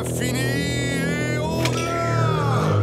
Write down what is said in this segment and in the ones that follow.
fini et au-delà.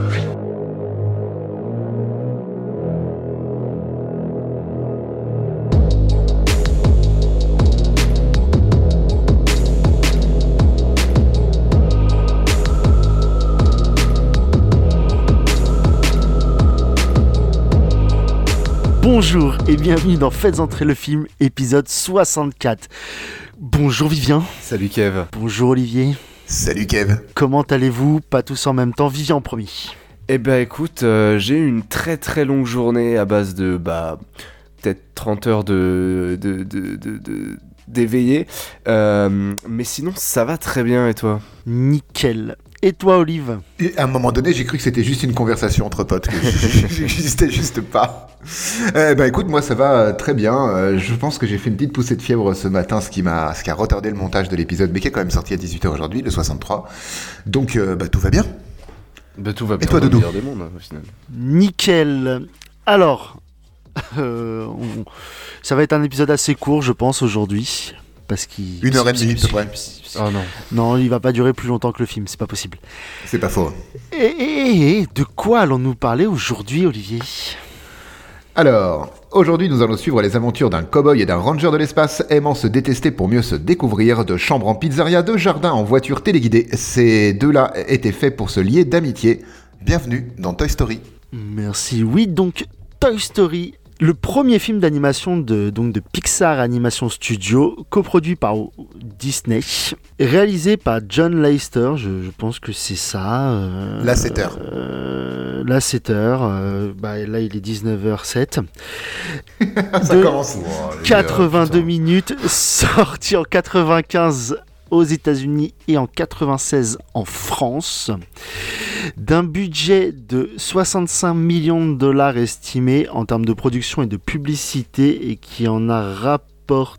Bonjour et bienvenue dans Faites entrer le film, épisode 64. Bonjour Vivien. Salut Kev. Bonjour Olivier. Salut Kev. Comment allez-vous? Pas tous en même temps, Vivien en premier. Eh ben écoute, j'ai eu une très très longue journée à base de, peut-être 30 heures d'éveillé. Mais sinon, ça va très bien et toi? Nickel. Et toi Olive? Et à un moment donné, j'ai cru que c'était juste une conversation entre potes, que j'existais juste pas. Écoute, moi ça va très bien. Je pense que j'ai fait une petite poussée de fièvre ce matin, ce qui a retardé le montage de l'épisode, mais qui est quand même sorti à 18h aujourd'hui, le 63. Donc tout va bien. Tout va bien. Et toi, dans le Doudou? meilleur des mondes, au final. Nickel. Alors, ça va être un épisode assez court je pense aujourd'hui. Parce qu'il... 1h30 à peu près. Oh non. Non, il va pas durer plus longtemps que le film, c'est pas possible. C'est pas faux. Et de quoi allons-nous parler aujourd'hui Olivier? Alors, aujourd'hui nous allons suivre les aventures d'un cow-boy et d'un ranger de l'espace aimant se détester pour mieux se découvrir, de chambre en pizzeria, de jardin en voiture téléguidée. Ces deux-là étaient faits pour se lier d'amitié. Bienvenue dans Toy Story. Merci. Oui, donc Toy Story, le premier film d'animation de Pixar Animation Studio, coproduit par Disney, réalisé par John Lasseter, je pense que c'est ça. Lasseter. Lasseter, là il est 19h07. Ça commence. 82 minutes, sorti en 95 aux États-Unis et en 96 en France, d'un budget de 65 millions de dollars estimé en termes de production et de publicité, et qui en a rapporté...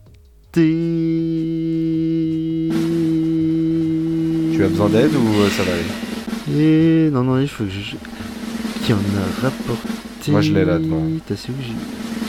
Tu as besoin d'aide ou ça va aller? Non, il faut que je... Qui en a rapporté... Moi je l'ai là devant. C'est où j'ai...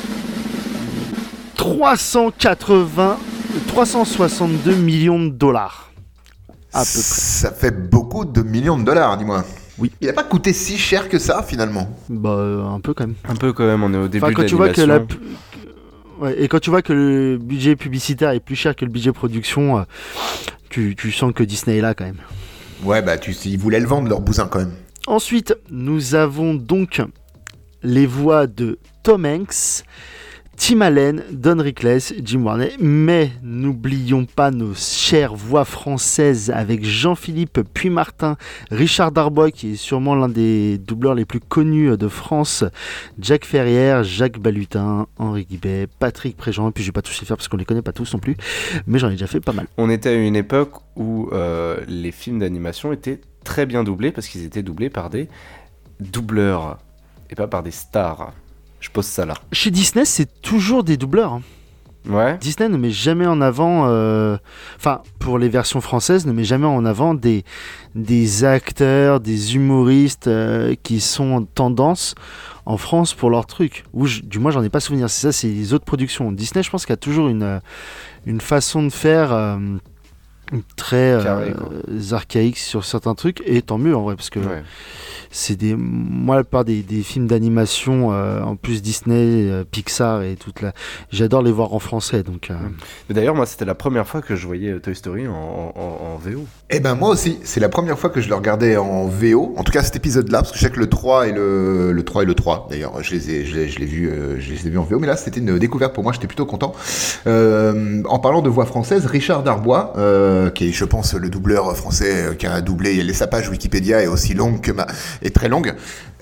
362 millions de dollars. À peu près. Ça fait beaucoup de millions de dollars, dis-moi. Oui. Il n'a pas coûté si cher que ça, finalement. Un peu quand même. Un peu quand même, on est au début de quand tu vois l'animation. et quand tu vois que le budget publicitaire est plus cher que le budget production, tu sens que Disney est là quand même. Ouais, ils voulaient le vendre, leur bousin, quand même. Ensuite, nous avons donc les voix de Tom Hanks, Tim Allen, Don Rickles, Jim Varney, mais n'oublions pas nos chères voix françaises avec Jean-Philippe Puy-Martin, Richard Darbois, qui est sûrement l'un des doubleurs les plus connus de France, Jacques Ferrière, Jacques Balutin, Henri Guibet, Patrick Préjean, et puis je vais pas tous les faire parce qu'on les connaît pas tous non plus, mais j'en ai déjà fait pas mal. On était à une époque où les films d'animation étaient très bien doublés, parce qu'ils étaient doublés par des doubleurs et pas par des stars. Je pose ça là. Chez Disney, c'est toujours des doubleurs. Hein. Ouais. Disney ne met jamais en avant, pour les versions françaises, ne met jamais en avant des acteurs, des humoristes qui sont en tendance en France pour leur truc. Du moins, j'en ai pas souvenir. C'est ça, c'est les autres productions. Disney, je pense qu'il y a toujours une façon de faire très archaïque sur certains trucs, et tant mieux en vrai, parce que c'est moi la plupart des films d'animation en plus Disney, Pixar et j'adore les voir en français, donc Mais d'ailleurs moi c'était la première fois que je voyais Toy Story en VO. Eh ben moi aussi, c'est la première fois que je le regardais en VO, en tout cas cet épisode-là, parce que je sais que le 3 et le 3 d'ailleurs, je les ai vus en VO, mais là c'était une découverte pour moi, j'étais plutôt content. En parlant de voix française, Richard Darbois, qui est je pense le doubleur français qui a doublé, sa page Wikipédia est aussi longue est très longue.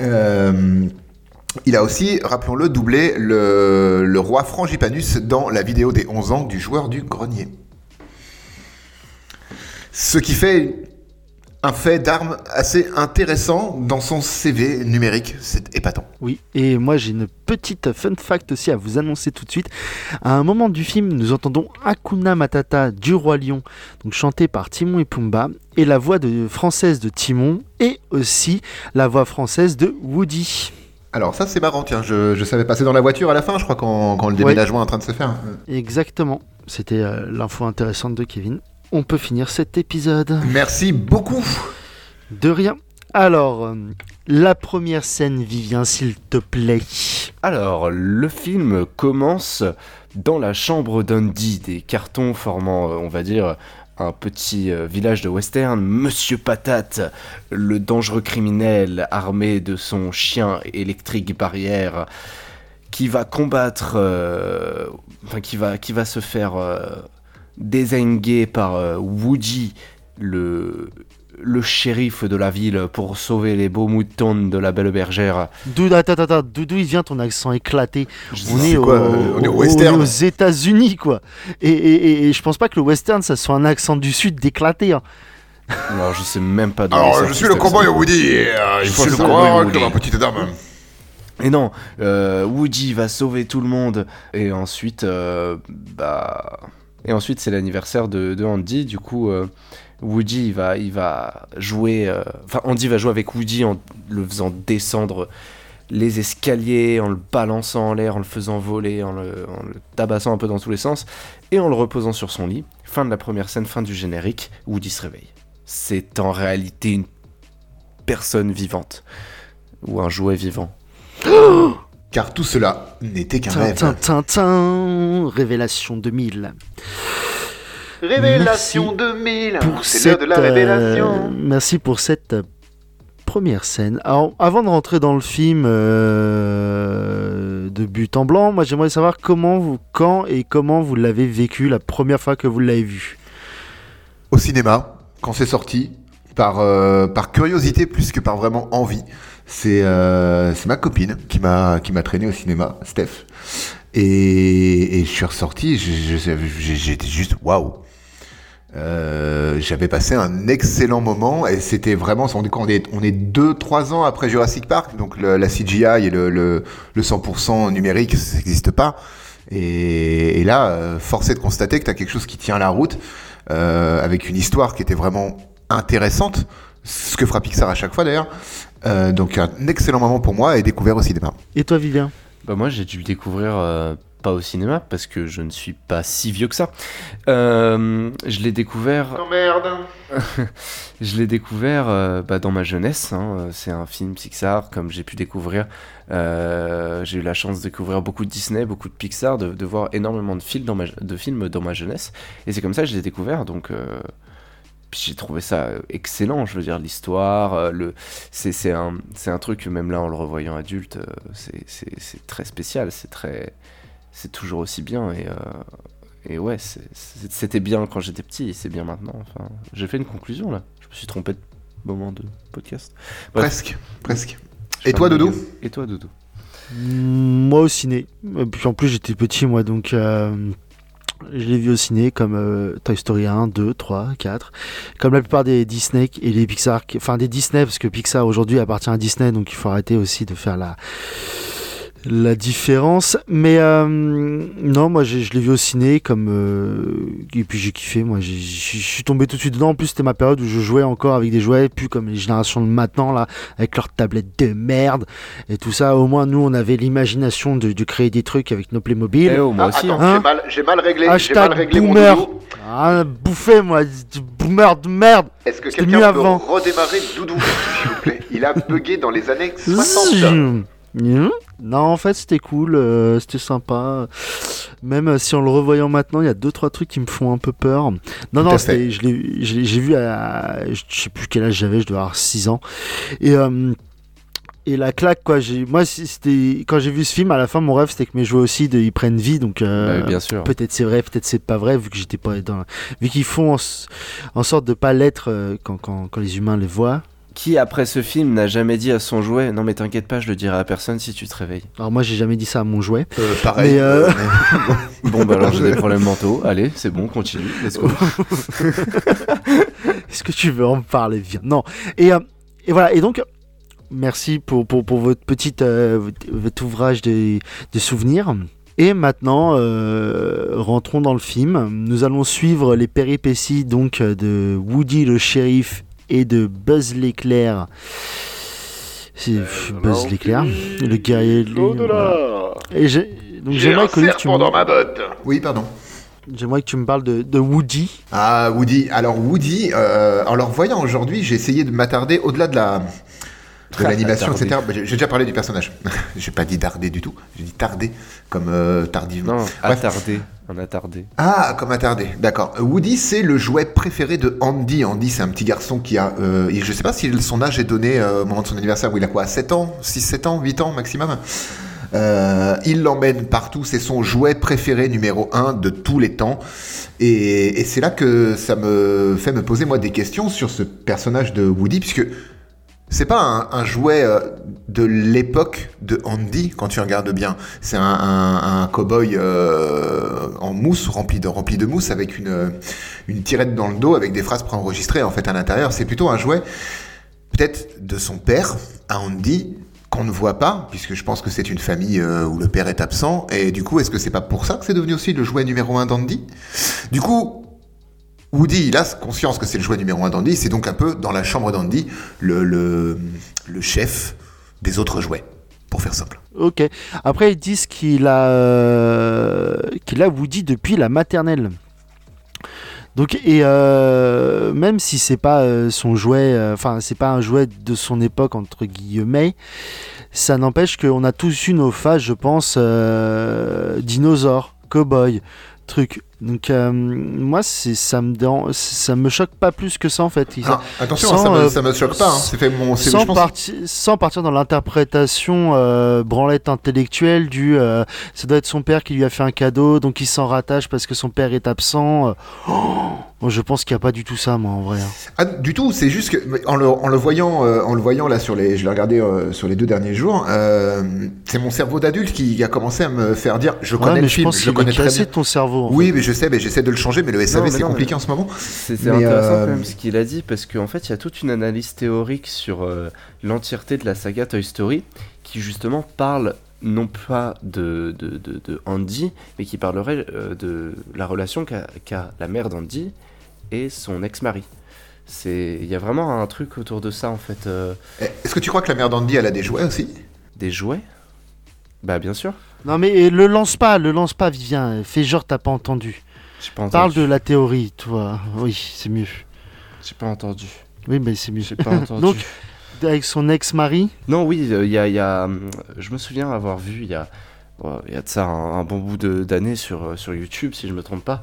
Il a aussi, rappelons-le, doublé le roi Frangipanus dans la vidéo des 11 ans du joueur du grenier. Ce qui fait un fait d'armes assez intéressant dans son CV numérique, c'est épatant. Oui, et moi j'ai une petite fun fact aussi à vous annoncer tout de suite. À un moment du film, nous entendons Hakuna Matata du Roi Lion, donc chanté par Timon et Pumba, et la voix française de Timon, et aussi la voix française de Woody. Alors ça c'est marrant, tiens, je savais passer dans la voiture à la fin, je crois, quand le déménagement est en train de se faire. Exactement, c'était l'info intéressante de Kevin. on peut finir cet épisode. Merci beaucoup. De rien. Alors, la première scène, Vivien, s'il te plaît. Alors, le film commence dans la chambre d'Andy, des cartons formant, on va dire, un petit village de western. Monsieur Patate, le dangereux criminel armé de son chien électrique barrière, qui va combattre, qui va se faire dézinguer par Woody, le shérif de la ville, pour sauver les beaux moutons de la belle bergère. Attends, d'où il vient ton accent éclaté? On est au western. aux États-Unis, quoi. Et je pense pas que le western, ça soit un accent du sud d'éclaté. Hein. Alors, je sais même pas d'où Alors, je suis le cowboy Woody, et il faut le croire comme un petit dame. Et non, Woody va sauver tout le monde, et ensuite, c'est l'anniversaire de Andy. Du coup, Woody il va jouer, Andy va jouer avec Woody en le faisant descendre les escaliers, en le balançant en l'air, en le faisant voler, en le tabassant un peu dans tous les sens, et en le reposant sur son lit. Fin de la première scène, fin du générique, Woody se réveille. C'est en réalité une personne vivante, ou un jouet vivant. Car tout cela n'était qu'un rêve. Révélation 2000. Révélation 2000. C'est l'heure de la révélation. Merci pour cette première scène. Alors, avant de rentrer dans le film de but en blanc, moi j'aimerais savoir quand et comment vous l'avez vécu la première fois que vous l'avez vu. Au cinéma, quand c'est sorti, par curiosité plus que par vraiment envie. C'est ma copine qui m'a traîné au cinéma, Steph. Et je suis ressorti, j'étais juste waouh. J'avais passé un excellent moment et c'était vraiment, on est 2-3 ans après Jurassic Park, donc la CGI et le 100% numérique, ça n'existe pas. Et là, force est de constater que tu as quelque chose qui tient la route, avec une histoire qui était vraiment intéressante, ce que fera Pixar à chaque fois d'ailleurs. Donc un excellent moment pour moi et découvert au cinéma. Et toi, Vivien? Moi j'ai dû le découvrir pas au cinéma parce que je ne suis pas si vieux que ça. Je l'ai découvert. Oh merde. Je l'ai découvert dans ma jeunesse. Hein. C'est un film Pixar, comme j'ai pu découvrir. J'ai eu la chance de découvrir beaucoup de Disney, beaucoup de Pixar, de voir énormément de films dans ma jeunesse. Et c'est comme ça que je l'ai découvert. Donc j'ai trouvé ça excellent. Je veux dire, l'histoire, c'est un truc, même là en le revoyant adulte, c'est très spécial. C'est toujours aussi bien. Et ouais, c'était bien quand j'étais petit et c'est bien maintenant. Enfin, j'ai fait une conclusion là. Je me suis trompé de moment de podcast. Bref. Presque. Et toi, Doudou? Moi au ciné. Et puis en plus j'étais petit moi, donc je l'ai vu au ciné comme Toy Story 1, 2, 3, 4. Comme la plupart des Disney et les Pixar. Enfin des Disney, parce que Pixar aujourd'hui appartient à Disney, donc il faut arrêter aussi de faire la différence. Mais non, moi je l'ai vu au ciné et puis j'ai kiffé. Moi je suis tombé tout de suite dedans. En plus c'était ma période où je jouais encore avec des jouets, plus comme les générations de maintenant là, avec leurs tablettes de merde et tout ça. Au moins nous on avait l'imagination de créer des trucs avec nos Playmobil. Moi aussi. Attends, hein. j'ai mal réglé. Hashtag J'ai mal réglé boomer. mon Doudou. Ah, bouffé moi, boomer de merde. Est-ce que C'était mieux quelqu'un peut avant. redémarrer Doudou, s'il vous plaît? Il a bugué dans les années 60. Non, en fait, c'était cool, c'était sympa. Même si en le revoyant maintenant, il y a 2-3 trucs qui me font un peu peur. Non, j'ai vu je sais plus quel âge j'avais, je devais avoir 6 ans. Et la claque, quoi. Moi, c'était quand j'ai vu ce film, à la fin, mon rêve, c'était que mes jouets aussi, ils prennent vie. Donc, bien sûr. peut-être c'est vrai, peut-être c'est pas vrai, vu que j'étais pas vu qu'ils font en sorte de pas l'être quand les humains les voient. Qui, après ce film, n'a jamais dit à son jouet « Non mais t'inquiète pas, je le dirai à personne si tu te réveilles ». Alors moi, j'ai jamais dit ça à mon jouet. Pareil. Bon, alors j'ai des problèmes mentaux. Allez, c'est bon, continue, let's go. Est-ce que tu veux en parler, Viens? Non. Et voilà, et donc, merci pour votre votre ouvrage de souvenirs. Et maintenant, rentrons dans le film. Nous allons suivre les péripéties donc de Woody le shérif et de Buzz l'éclair. C'est Buzz l'éclair, le guerrier de l'eau. Voilà. Et donc j'aimerais que tu dans ma botte. Oui, pardon. J'aimerais que tu me parles de Woody. Ah, Woody. Alors, Woody, en le revoyant aujourd'hui, j'ai essayé de m'attarder au-delà de l'animation, Attardé. etc. Bah, j'ai déjà parlé du personnage. J'ai pas dit darder du tout. J'ai dit tarder, comme tardivement. Non, Bref. un attardé. Ah, comme attardé, d'accord. Woody, c'est le jouet préféré de Andy. Andy, c'est un petit garçon qui a... je sais pas si son âge est donné au moment de son anniversaire, où il a quoi, 7 ans 6, 7 ans, 8 ans maximum. Il l'emmène partout, c'est son jouet préféré numéro 1 de tous les temps. Et c'est là que ça me fait me poser, moi, des questions sur ce personnage de Woody, puisque... C'est pas un jouet de l'époque de Andy, quand tu regardes bien. C'est un cow-boy en mousse, rempli de mousse, avec une tirette dans le dos, avec des phrases préenregistrées en fait à l'intérieur. C'est plutôt un jouet, peut-être de son père, à Andy, qu'on ne voit pas, puisque je pense que c'est une famille où le père est absent. Et du coup, est-ce que c'est pas pour ça que c'est devenu aussi le jouet numéro 1 d'Andy ? Du coup... Woody, il a conscience que c'est le jouet numéro 1 d'Andy, c'est donc un peu, dans la chambre d'Andy, le chef des autres jouets, pour faire simple. Ok. Après, ils disent qu'il a Woody depuis la maternelle. Donc, même si c'est pas son jouet, c'est pas un jouet de son époque, entre guillemets, ça n'empêche qu'on a tous eu nos phases, je pense, dinosaures, cow-boy, truc. Donc moi ça me choque pas plus que ça en fait. Attention, sans, ça me choque pas. Hein. Sans partir dans l'interprétation branlette intellectuelle du ça doit être son père qui lui a fait un cadeau donc il s'en rattache parce que son père est absent. Moi, je pense qu'il n'y a pas du tout ça, moi, en vrai. Ah, du tout, c'est juste que en le voyant là je l'ai regardé sur les 2 derniers jours, c'est mon cerveau d'adulte qui a commencé à me faire dire je connais le film, je le connais très bien. Ton cerveau. Oui, mais je sais, mais j'essaie de le changer, mais le SAV c'est compliqué en ce moment. C'est intéressant quand même ce qu'il a dit parce qu'en fait il y a toute une analyse théorique sur l'entièreté de la saga Toy Story qui justement parle non pas de Andy, mais qui parlerait de la relation qu'a la mère d'Andy et son ex-mari. Il y a vraiment un truc autour de ça en fait. Est-ce que tu crois que la mère d'Andy elle a des jouets aussi ? Des jouets ? Bah bien sûr. Non mais le lance pas Vivien, fais genre t'as pas entendu. J'ai pas entendu. Parle de la théorie, toi. Oui, c'est mieux. J'ai pas entendu. Oui, mais c'est mieux. J'ai pas entendu. Donc, avec son ex-mari ? Non, oui, il y a je me souviens avoir vu il y a de ça un bon bout d'années sur YouTube, si je me trompe pas,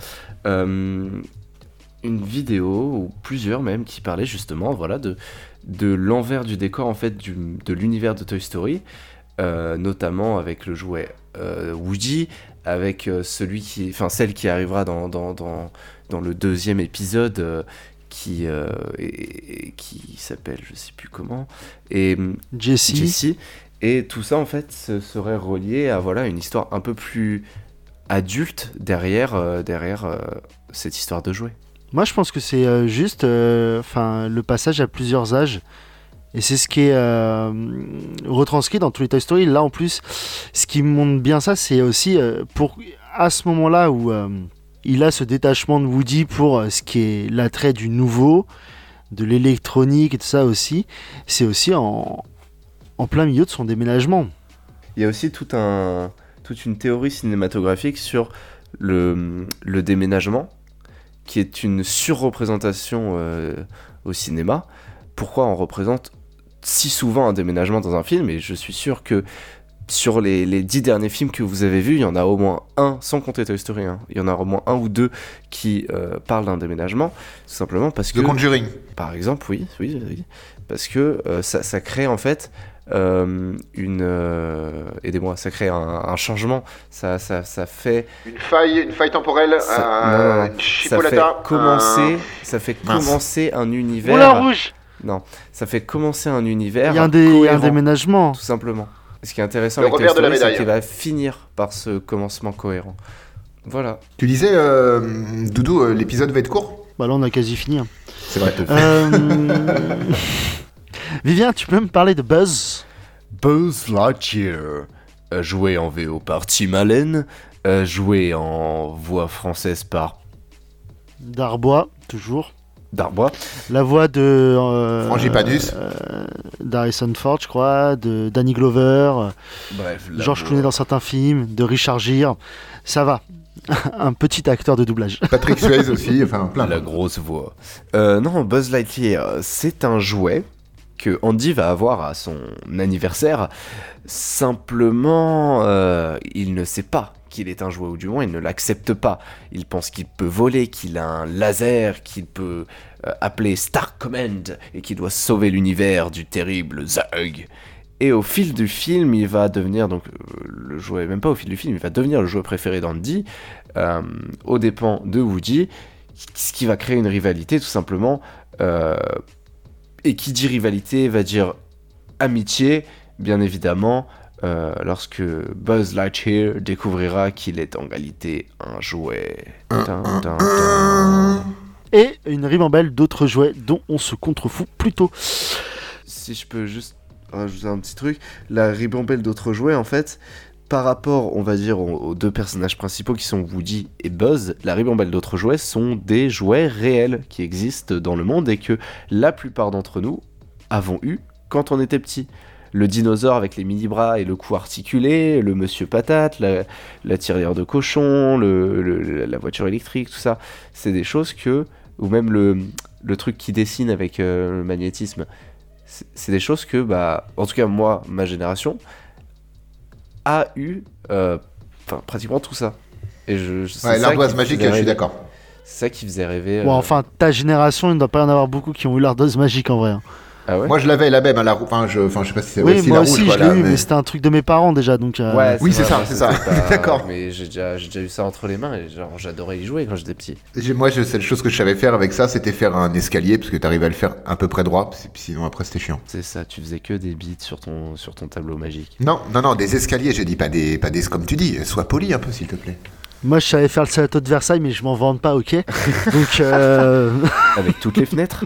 une vidéo, ou plusieurs même, qui parlaient justement de l'envers du décor en fait de l'univers de Toy Story, notamment avec le jouet Woody, avec celle qui arrivera dans le 2e épisode, qui s'appelle je sais plus comment, et Jessie, et tout ça en fait serait relié à une histoire un peu plus adulte derrière cette histoire de jouet. Moi je pense que c'est juste le passage à plusieurs âges. Et c'est ce qui est retranscrit dans tous les Toy Story. Là en plus, ce qui montre bien ça, c'est aussi à ce moment-là où il a ce détachement de Woody pour ce qui est l'attrait du nouveau, de l'électronique et tout ça aussi. C'est aussi en plein milieu de son déménagement. Il y a aussi toute une théorie cinématographique sur le déménagement, qui est une surreprésentation au cinéma. Pourquoi on représente si souvent un déménagement dans un film ? Et je suis sûr que sur les 10 derniers films que vous avez vus, il y en a au moins un, sans compter Toy Story, il y en a au moins un ou deux qui parlent d'un déménagement, tout simplement parce que... The Conjuring. Par exemple, oui, parce que ça crée en fait aidez-moi, ça crée un changement, ça fait... Une faille temporelle, une chipolata. Ça fait commencer un univers... Oula, rouge. Non, ça fait commencer un univers. Il y a un déménagement. Tout simplement. Et ce qui est intéressant Le avec Toy revers de la Story, c'est médaille. qu'il va finir par ce commencement cohérent. Voilà. Tu disais, Doudou, l'épisode va être court ? Bah là on a quasi fini. C'est vrai. Vivien, tu peux me parler de Buzz ? Buzz Lightyear, joué en VO par Tim Allen, joué en voix française par Darbois, toujours. Darbois. La voix de Frangipanius. d'Harrison Ford, je crois, de Danny Glover, Bref, George Clooney dans certains films, de Richard Gere. Ça va. un petit acteur de doublage. Patrick Swayze aussi, enfin plein. La grosse voix. Non, Buzz Lightyear, c'est un jouet que Andy va avoir à son anniversaire. Simplement, il ne sait pas qu'il est un jouet, ou du moins il ne l'accepte pas. Il pense qu'il peut voler, qu'il a un laser, qu'il peut appeler Star Command et qu'il doit sauver l'univers du terrible Zurg. Et au fil du film, il va devenir donc le jouet, même pas au fil du film, il va devenir le jouet préféré d'Andy, aux dépens de Woody, ce qui va créer une rivalité tout simplement. Et qui dit rivalité va dire amitié, bien évidemment, lorsque Buzz Lightyear découvrira qu'il est en réalité un jouet. Et une ribambelle d'autres jouets dont on se contrefout plutôt. Si je peux juste rajouter un petit truc, la ribambelle d'autres jouets, en fait, par rapport, on va dire, aux deux personnages principaux qui sont Woody et Buzz, la ribambelle d'autres jouets sont des jouets réels qui existent dans le monde et que la plupart d'entre nous avons eu quand on était petit. Le dinosaure avec les mini-bras et le cou articulé, le monsieur patate, la tirelire de cochon, la voiture électrique, tout ça, c'est des choses que... Ou même le truc qui dessine avec le magnétisme, c'est des choses que, bah, en tout cas moi, ma génération, a eu pratiquement tout ça. Et l'ardoise magique, je suis d'accord. C'est ça qui faisait rêver. Bon, enfin, ta génération, il ne doit pas y en avoir beaucoup qui ont eu l'ardoise magique en vrai. Hein. Ah ouais. Moi je l'avais la même, hein, je sais pas si c'est oui, aussi moi la aussi rouge, je l'ai eu, mais c'était un truc de mes parents déjà, donc. Ouais, oui, c'est vrai, ça. D'accord. Mais j'ai déjà eu ça entre les mains et genre j'adorais y jouer quand j'étais petit. Moi, la seule chose que je savais faire avec ça, c'était faire un escalier, parce que t'arrivais à le faire à peu près droit, sinon après c'était chiant. C'est ça, tu faisais que des bits sur ton tableau magique. Non, des escaliers, j'ai dit, pas des comme tu dis, sois poli un peu s'il te plaît. Moi je savais faire le Château de Versailles, mais je m'en vante pas, ok. Donc. Avec toutes les fenêtres.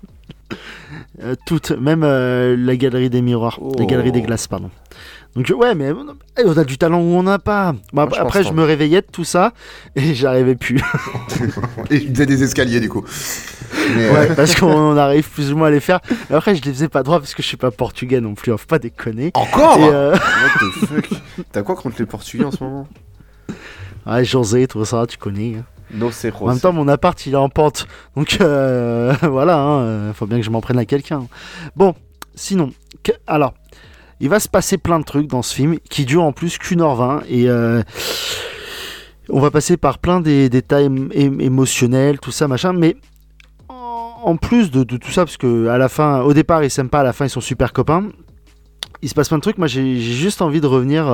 Toutes, même la galerie des miroirs, la galerie des glaces, pardon. Donc ouais, mais on a du talent où on n'a pas. Bon, après, je me réveillais de tout ça et j'arrivais plus. Et je faisais des escaliers du coup. Mais ouais, parce qu'on arrive plus ou moins à les faire. Mais après, je les faisais pas droit parce que je suis pas portugais non plus. Faut pas déconner. Encore What the fuck. T'as quoi contre les Portugais en ce moment? Ouais, José, tout ça, tu connais. Non, c'est En même temps, mon appart, il est en pente. Donc, voilà, faut bien que je m'en prenne à quelqu'un. Bon, sinon, alors, il va se passer plein de trucs dans ce film qui dure en plus qu'1h20. Et on va passer par plein des détails émotionnels, tout ça, machin. Mais en plus de tout ça, parce que à la fin, au départ, ils s'aiment pas, à la fin, ils sont super copains. Il se passe plein de trucs. Moi, j'ai juste envie de revenir...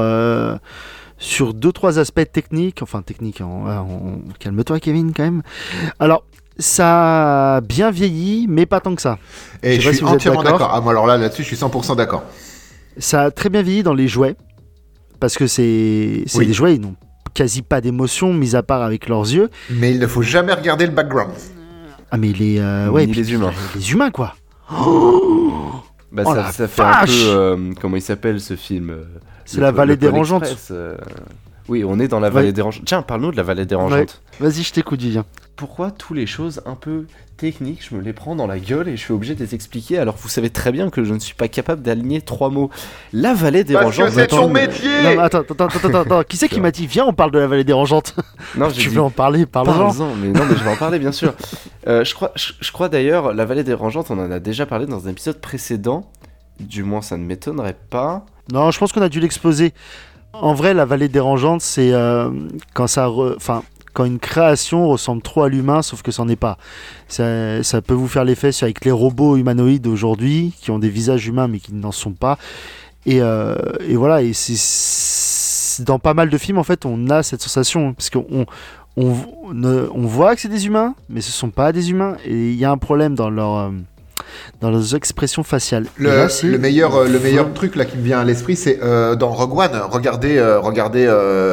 sur 2-3 aspects techniques, calme-toi Kevin quand même. Alors, ça a bien vieilli, mais pas tant que ça. Et je suis entièrement d'accord. Ah, moi alors là-dessus, je suis 100% d'accord. Ça a très bien vieilli dans les jouets, parce que c'est des jouets, ils n'ont quasi pas d'émotion, mis à part avec leurs yeux. Mais il ne faut jamais regarder le background. Ah mais les humains. Les humains quoi. Bah ça fait un peu comment il s'appelle ce film c'est la vallée dérangeante. Oui, on est dans la vallée dérangeante. Tiens, parle-nous de la vallée dérangeante. Ouais. Vas-y, je t'écoute, Vivien. Pourquoi toutes les choses un peu techniques, je me les prends dans la gueule et je suis obligé de les expliquer alors que vous savez très bien que je ne suis pas capable d'aligner 3 mots. La vallée dérangeante. Parce que c'est ton métier. Non, attends. Qui c'est qui m'a dit viens on parle de la vallée dérangeante? Non, tu veux en parler, parle-en. Mais je vais en parler bien sûr. Je crois d'ailleurs la vallée dérangeante, on en a déjà parlé dans un épisode précédent. Du moins, ça ne m'étonnerait pas. Non, je pense qu'on a dû l'exposer. En vrai, la vallée dérangeante, c'est quand une création ressemble trop à l'humain, sauf que ça n'en est pas. Ça peut vous faire l'effet avec les robots humanoïdes aujourd'hui, qui ont des visages humains mais qui n'en sont pas. Et voilà, et c'est dans pas mal de films, en fait, on a cette sensation, parce qu'on voit que c'est des humains, mais ce ne sont pas des humains, et il y a un problème dans leurs expressions faciales. Le meilleur truc là qui me vient à l'esprit, c'est dans Rogue One. Regardez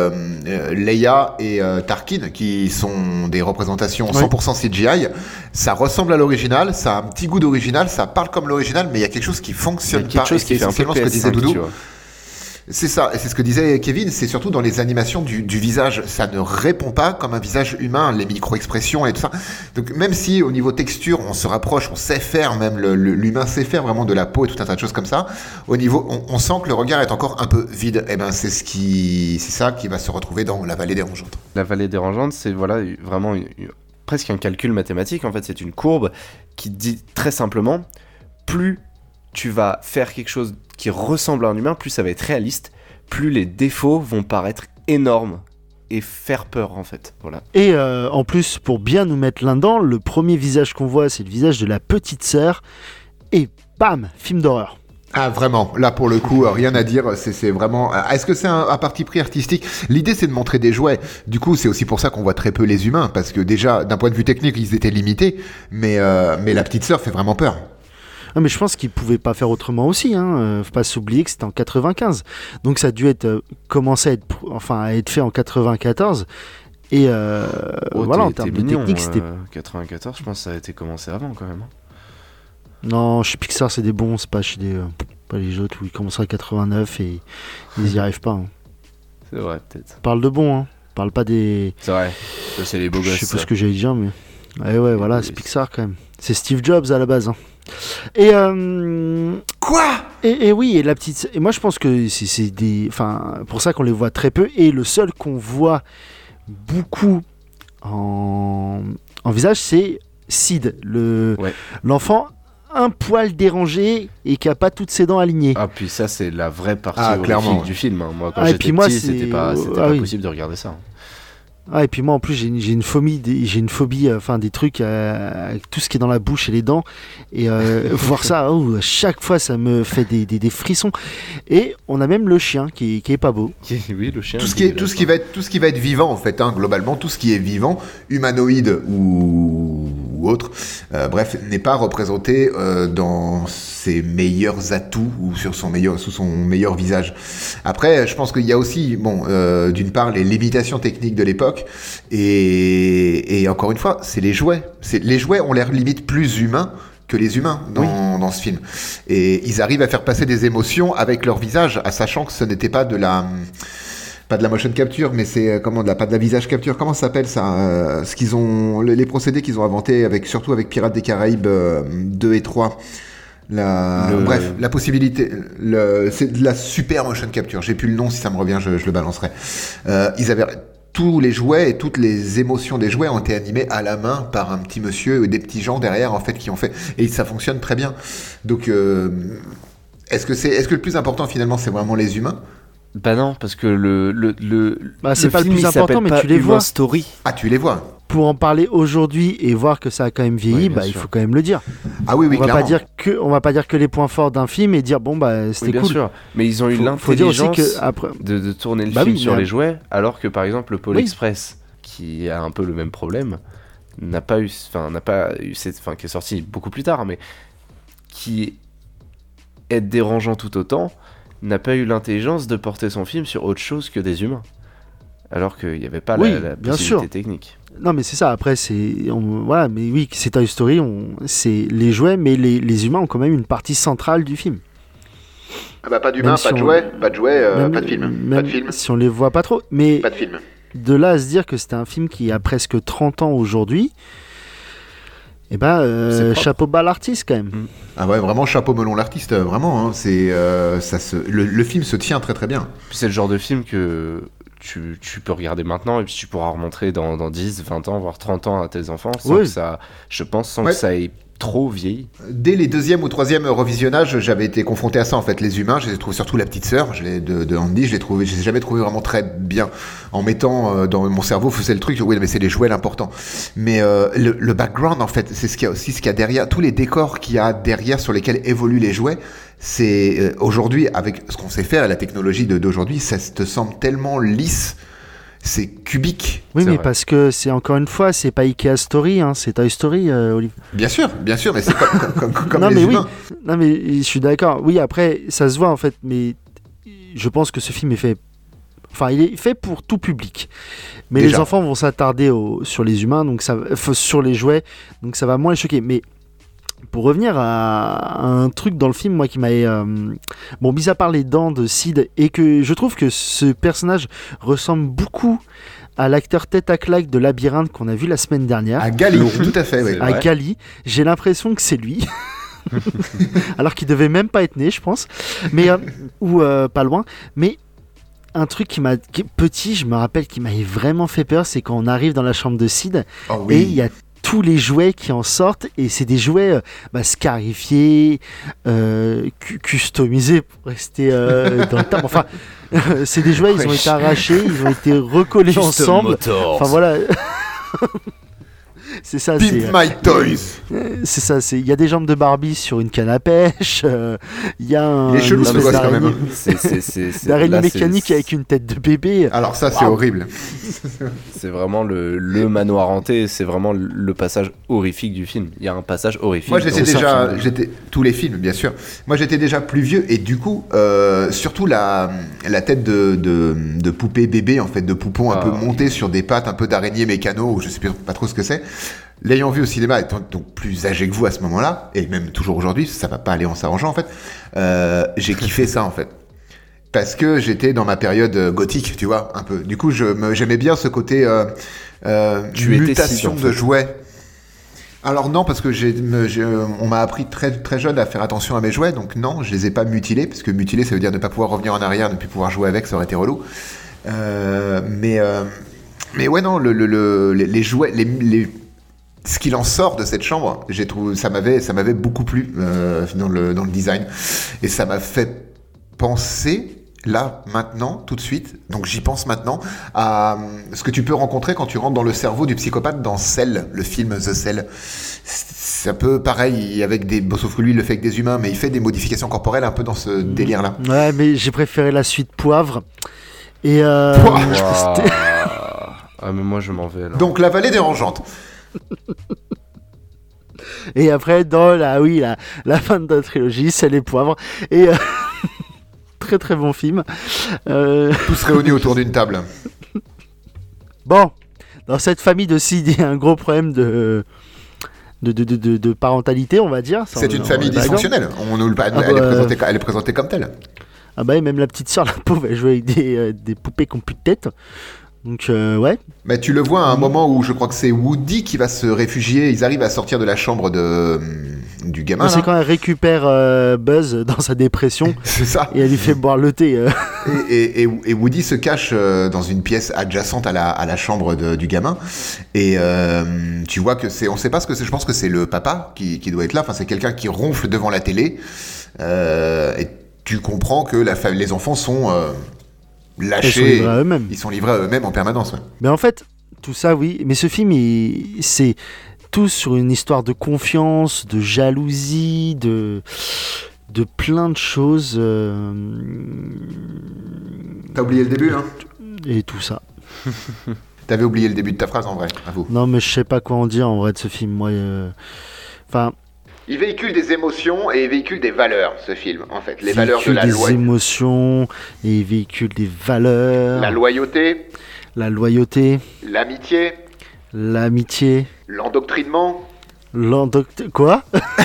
Leia et Tarkin, qui sont des représentations 100% CGI. Ça ressemble à l'original, ça a un petit goût d'original, ça parle comme l'original, mais il y a quelque chose qui fonctionne pas. Quelque chose qui fait un peu ce que disait PS5, Doudou. C'est ça, et c'est ce que disait Kevin, c'est surtout dans les animations du visage. Ça ne répond pas comme un visage humain, les micro-expressions et tout ça. Donc même si au niveau texture, on se rapproche, on sait faire, même l'humain sait faire vraiment de la peau et tout un tas de choses comme ça, au niveau, on sent que le regard est encore un peu vide. Et ben c'est ça qui va se retrouver dans La Vallée dérangeante. La Vallée dérangeante, c'est voilà, vraiment presque un calcul mathématique, en fait, c'est une courbe qui dit très simplement, plus tu vas faire quelque chose qui ressemble à un humain, plus ça va être réaliste, plus les défauts vont paraître énormes et faire peur en fait. Voilà. Et en plus, pour bien nous mettre là-dedans, le premier visage qu'on voit, c'est le visage de la petite sœur, et bam, film d'horreur. Ah vraiment, là pour le coup, rien à dire, c'est vraiment... Est-ce que c'est un parti pris artistique ? L'idée c'est de montrer des jouets, du coup c'est aussi pour ça qu'on voit très peu les humains, parce que déjà d'un point de vue technique ils étaient limités, mais la petite sœur fait vraiment peur. Ah, mais je pense qu'ils pouvaient pas faire autrement aussi, hein. Faut pas s'oublier que c'était en 95, donc ça a dû être commencer à être fait en 94, et voilà, en termes de technique c'était... 94, je pense que ça a été commencé avant quand même. Non, chez Pixar c'est des bons, c'est pas chez pas les autres où ils commencent à 89 et ils y arrivent pas, hein. C'est vrai, peut-être. Parle de bons, hein. Parle pas des... C'est vrai, ça, c'est les beaux gosses. Je sais pas ce que j'allais dire, mais... Ouais, voilà, c'est Pixar quand même. C'est Steve Jobs à la base, hein. Et Quoi ? Et oui, et la petite... Et moi je pense que c'est des... Enfin, pour ça qu'on les voit très peu, et le seul qu'on voit beaucoup en visage, c'est Sid, l'enfant un poil dérangé et qui a pas toutes ses dents alignées. Ah, puis ça c'est la vraie partie clairement, du film, hein. Moi quand j'étais petit, c'était pas possible de regarder ça, hein. Ah, et puis moi en plus j'ai une phobie, enfin des trucs avec tout ce qui est dans la bouche et les dents, et voir ça, à chaque fois ça me fait des frissons. Et on a même le chien qui est pas beau. Oui, le chien. Tout ce qui va être vivant en fait, hein, globalement tout ce qui est vivant, humanoïde ou autre, bref, n'est pas représenté dans ses meilleurs atouts ou sous son meilleur visage. Après, je pense qu'il y a aussi, d'une part les limitations techniques de l'époque. Et encore une fois, c'est les jouets. Les jouets ont l'air limite plus humains que les humains dans ce film. Et ils arrivent à faire passer des émotions avec leur visage, sachant que ce n'était pas de la motion capture, mais c'est pas de la visage capture. Comment ça s'appelle ça ce qu'ils ont, les procédés qu'ils ont inventés surtout avec Pirates des Caraïbes 2 et 3. Bref, la possibilité, c'est de la super motion capture. J'ai plus le nom, si ça me revient, je le balancerai. Ils avaient tous les jouets et toutes les émotions des jouets ont été animés à la main par un petit monsieur et des petits gens derrière en fait qui ont fait, et ça fonctionne très bien. Donc est-ce que le plus important finalement c'est vraiment les humains ? Bah non, parce que c'est pas le plus important, mais tu les vois. Story. Ah, tu les vois. Pour en parler aujourd'hui et voir que ça a quand même vieilli, il faut quand même le dire. Ah oui, on va pas dire que les points forts d'un film et dire c'était bien cool. Sûr. Mais ils ont eu l'intelligence après... de tourner le film sur les jouets, alors que par exemple le Pôle Express, qui a un peu le même problème, qui est sorti beaucoup plus tard, mais qui est dérangeant tout autant, n'a pas eu l'intelligence de porter son film sur autre chose que des humains. Alors qu'il n'y avait pas la possibilité technique. Non, mais c'est ça. Après, voilà, mais oui, c'est Toy Story, c'est les jouets, mais les humains ont quand même une partie centrale du film. Ah bah pas d'humains, pas de jouets, pas de film. Pas de film. Si on les voit pas trop, mais pas de film. De là à se dire que c'était un film qui a presque 30 ans aujourd'hui, chapeau bas l'artiste quand même. Ah ouais, vraiment chapeau melon l'artiste, vraiment. Hein, le film se tient très très bien. Puis c'est le genre de film que tu peux regarder maintenant et puis tu pourras remontrer dans 10, 20 ans, voire 30 ans à tes enfants sans que ça ait trop vieilli. Dès les deuxième ou troisième revisionnages, j'avais été confronté à ça en fait. Les humains, je les ai trouvés, surtout la petite sœur de Andy, je les ai jamais trouvés vraiment très bien. En mettant dans mon cerveau, c'est le truc, oui mais c'est les jouets l'important. Mais le background en fait, c'est ce qu'il y a derrière, tous les décors qu'il y a derrière sur lesquels évoluent les jouets. C'est aujourd'hui, avec ce qu'on sait faire et la technologie d'aujourd'hui, ça te semble tellement lisse. C'est cubique. Oui, mais parce que c'est encore une fois, c'est pas Ikea Story, hein, c'est Toy Story, Olivier. Bien sûr, mais c'est comme non, les mais humains. Oui. Non, mais je suis d'accord. Oui, après, ça se voit en fait, mais je pense que ce film est fait. Enfin, il est fait pour tout public. Mais les enfants vont s'attarder sur les humains, donc sur les jouets, donc ça va moins les choquer. Mais pour revenir à un truc dans le film, moi qui m'a... bon, mis à part les dents de Sid, et que je trouve que ce personnage ressemble beaucoup à l'acteur tête à claque de Labyrinthe qu'on a vu la semaine dernière. À Gali, tout à fait, oui. À Gali. J'ai l'impression que c'est lui. Alors qu'il devait même pas être né, je pense. Mais, ou pas loin. Mais un truc qui petit, je me rappelle, qui m'avait vraiment fait peur, c'est quand on arrive dans la chambre de Sid, Oh oui. et il y a tous les jouets qui en sortent, et c'est des jouets scarifiés, customisés pour rester dans le terme. Enfin, c'est des jouets, ils ont été arrachés, ils ont été recollés ensemble. Enfin voilà. C'est ça, Pimp My Toys. c'est ça. Il y a des jambes de Barbie sur une canne à pêche. Il y a Il est chelou, une ce espèce gosse, quand même. d'araignée là, mécanique avec une tête de bébé. Alors ça, c'est horrible. C'est vraiment le manoir hanté, c'est vraiment le passage horrifique du film. Il y a un passage horrifique. Moi, dans- tous les films, bien sûr. Moi, j'étais déjà plus vieux et du coup, surtout la tête de poupée bébé, en fait, de poupon un peu monté sur des pattes, un peu d'araignée mécano, ou je sais pas trop ce que c'est. L'ayant vu au cinéma, étant donc plus âgé que vous à ce moment-là, et même toujours aujourd'hui, ça va pas aller en s'arrangeant en fait. J'ai kiffé ça en fait. Parce que j'étais dans ma période gothique, tu vois, un peu. Du coup, j'aimais bien ce côté Tu étais mutation Sid, en de fait. jouets. Alors non, parce que on m'a appris très, très jeune à faire attention à mes jouets, donc non, je les ai pas mutilés, parce que mutiler, ça veut dire ne pas pouvoir revenir en arrière, ne plus pouvoir jouer avec, ça aurait été relou. Mais ouais, non, les jouets, ce qu'il en sort de cette chambre, j'ai trouvé, ça m'avait beaucoup plu dans le design, et ça m'a fait penser là maintenant tout de suite, donc j'y pense maintenant à ce que tu peux rencontrer quand tu rentres dans le cerveau du psychopathe dans Cell, le film The Cell. C'est un peu pareil avec sauf que lui il le fait avec des humains, mais il fait des modifications corporelles un peu dans ce délire là. Ouais, mais j'ai préféré la suite Poivre. Et Waouh. Ah mais moi je m'en vais là. Donc la vallée dérangeante. Et après, dans la fin de la trilogie, c'est les Poivres. Et très très bon film. Tous réunis autour d'une table. Bon, dans cette famille de Sid, il y a un gros problème de parentalité, on va dire. Ça, C'est une famille d'accord. dysfonctionnelle. Elle est présentée comme telle. Ah bah, et même la petite sœur, la pauvre, elle joue avec des poupées qui n'ont plus de tête. Donc, ouais. Mais tu le vois à un moment où je crois que c'est Woody qui va se réfugier. Ils arrivent à sortir de la chambre du gamin. C'est là. quand elle récupère Buzz dans sa dépression C'est ça. et elle lui fait boire le thé. Et Woody se cache dans une pièce adjacente à la chambre du gamin. Et tu vois que on sait pas ce que c'est. Je pense que c'est le papa qui doit être là. Enfin, c'est quelqu'un qui ronfle devant la télé. Et tu comprends que les enfants sont lâchés. Ils sont livrés à eux-mêmes. Ils sont livrés à eux-mêmes en permanence. Ouais. Mais en fait, tout ça, oui. Mais ce film, c'est tout sur une histoire de confiance, de jalousie, de plein de choses. T'as oublié le début, hein? Et tout ça. T'avais oublié le début de ta phrase en vrai, avoue. Non, mais je sais pas quoi en dire en vrai de ce film. Moi, enfin, Il véhicule des émotions et il véhicule des valeurs, ce film, en fait. Les il valeurs de véhicule la des loi. émotions et il véhicule des valeurs, La loyauté, la loyauté, l'amitié, l'amitié, l'endoctrinement. Quoi?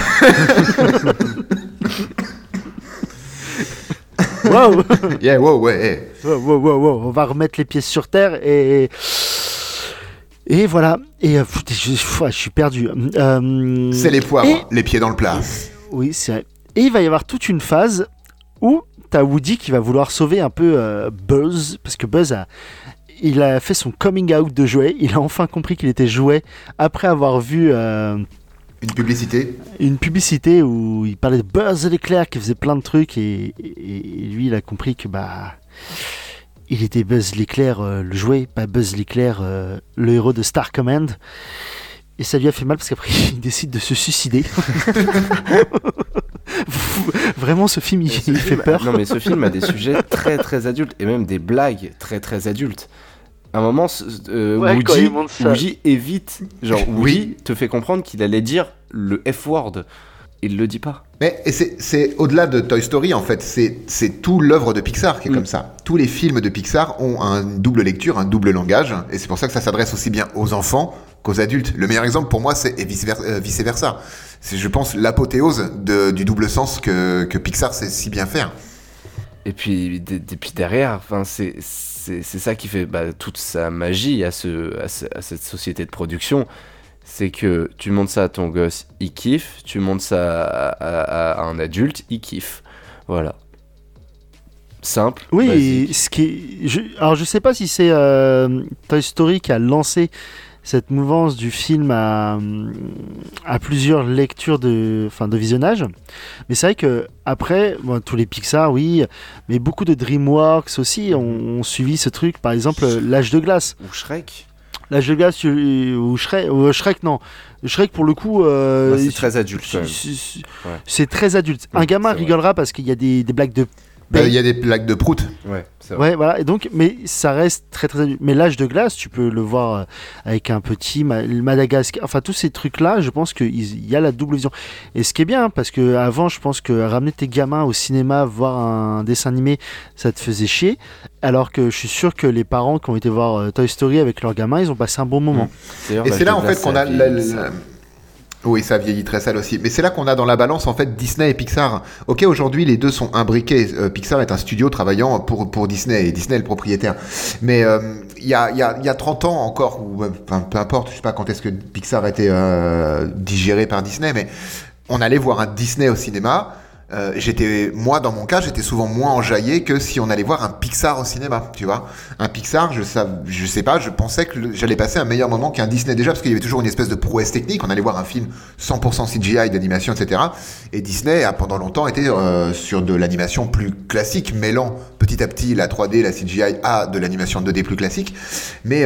Wow. Yeah, wow, ouais. Wow. On va remettre les pieds sur terre et voilà. Et je suis perdu. C'est les poivres, et- les pieds dans le plat. Oui, c'est vrai. Et il va y avoir toute une phase où t'as Woody qui va vouloir sauver un peu Buzz, parce que Buzz il a fait son coming out de jouet. Il a enfin compris qu'il était jouet après avoir vu Une publicité. une publicité où il parlait de Buzz l'éclair qui faisait plein de trucs et lui il a compris que il était Buzz l'éclair le jouet, pas Buzz l'éclair le héros de Star Command. Et ça lui a fait mal parce qu'après il décide de se suicider. Vraiment ce film il fait peur. Non mais ce film a des sujets très très adultes et même des blagues très très adultes. À un moment, Ouais, quand il montre ça. Woody évite, genre Oui. Woody te fait comprendre qu'il allait dire le F-word. Il le dit pas. Mais et c'est au-delà de Toy Story, en fait. C'est tout l'œuvre de Pixar qui est comme ça. Tous les films de Pixar ont une double lecture, un double langage. Et c'est pour ça que ça s'adresse aussi bien aux enfants qu'aux adultes. Le meilleur exemple pour moi, c'est vice versa. c'est, je pense, l'apothéose du double sens que Pixar sait si bien faire. Et puis derrière, enfin, c'est ça qui fait toute sa magie à cette société de production. C'est que tu montres ça à ton gosse, il kiffe. Tu montres ça à un adulte, il kiffe. Voilà. Simple. Oui, basique. alors je sais pas si c'est Toy Story qui a lancé cette mouvance du film à plusieurs lectures de visionnage. Mais c'est vrai que après, tous les Pixar, oui, mais beaucoup de DreamWorks aussi ont suivi ce truc. Par exemple, L'Âge de glace. Ou Shrek. L'Âge de glace ou Shrek, non. Shrek, pour le coup... c'est très adulte, quand même. C'est très adulte. Un gamin rigolera parce qu'il y a des blagues de... Il y a des blagues de prout. Ouais, c'est vrai. Ouais, voilà. Et donc, mais ça reste très très adulte. Mais L'Âge de glace, tu peux le voir avec un petit Madagascar. Enfin, tous ces trucs-là, je pense qu'il y a la double vision. Et ce qui est bien, parce que avant, je pense que ramener tes gamins au cinéma, voir un dessin animé, ça te faisait chier. Alors que je suis sûr que les parents qui ont été voir Toy Story avec leurs gamins, ils ont passé un bon moment. D'ailleurs, Et c'est là en Glace, fait qu'on a oui, ça vieillit très sale aussi. Mais c'est là qu'on a dans la balance en fait Disney et Pixar. Ok, aujourd'hui les deux sont imbriqués. Pixar est un studio travaillant pour Disney et Disney est le propriétaire. Mais il y a 30 ans encore, ou peu importe, je sais pas quand est-ce que Pixar a été digéré par Disney, mais on allait voir un Disney au cinéma. Moi dans mon cas, j'étais souvent moins enjaillé que si on allait voir un Pixar au cinéma, tu vois. Un Pixar, je sais pas, je pensais que j'allais passer un meilleur moment qu'un Disney déjà, parce qu'il y avait toujours une espèce de prouesse technique. On allait voir un film 100% CGI d'animation, etc. Et Disney a pendant longtemps été sur de l'animation plus classique, mêlant petit à petit la 3D, la CGI à de l'animation 2D plus classique. Mais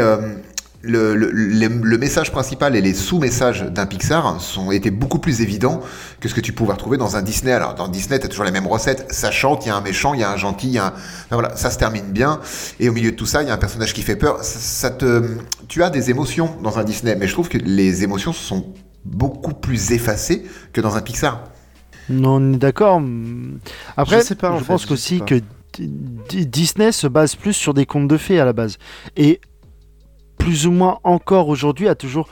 le message principal et les sous-messages d'un Pixar étaient beaucoup plus évidents que ce que tu pouvais retrouver dans un Disney. Alors, dans Disney, t'as toujours les mêmes recettes. Ça chante, il y a un méchant, il y a un gentil, enfin, voilà, ça se termine bien. Et au milieu de tout ça, il y a un personnage qui fait peur. Tu as des émotions dans un Disney, mais je trouve que les émotions sont beaucoup plus effacées que dans un Pixar. Non, on est d'accord. Après, Je sais pas, en je fait, pense je qu'aussi sais pas. que Disney se base plus sur des contes de fées à la base. Et plus ou moins encore aujourd'hui, a toujours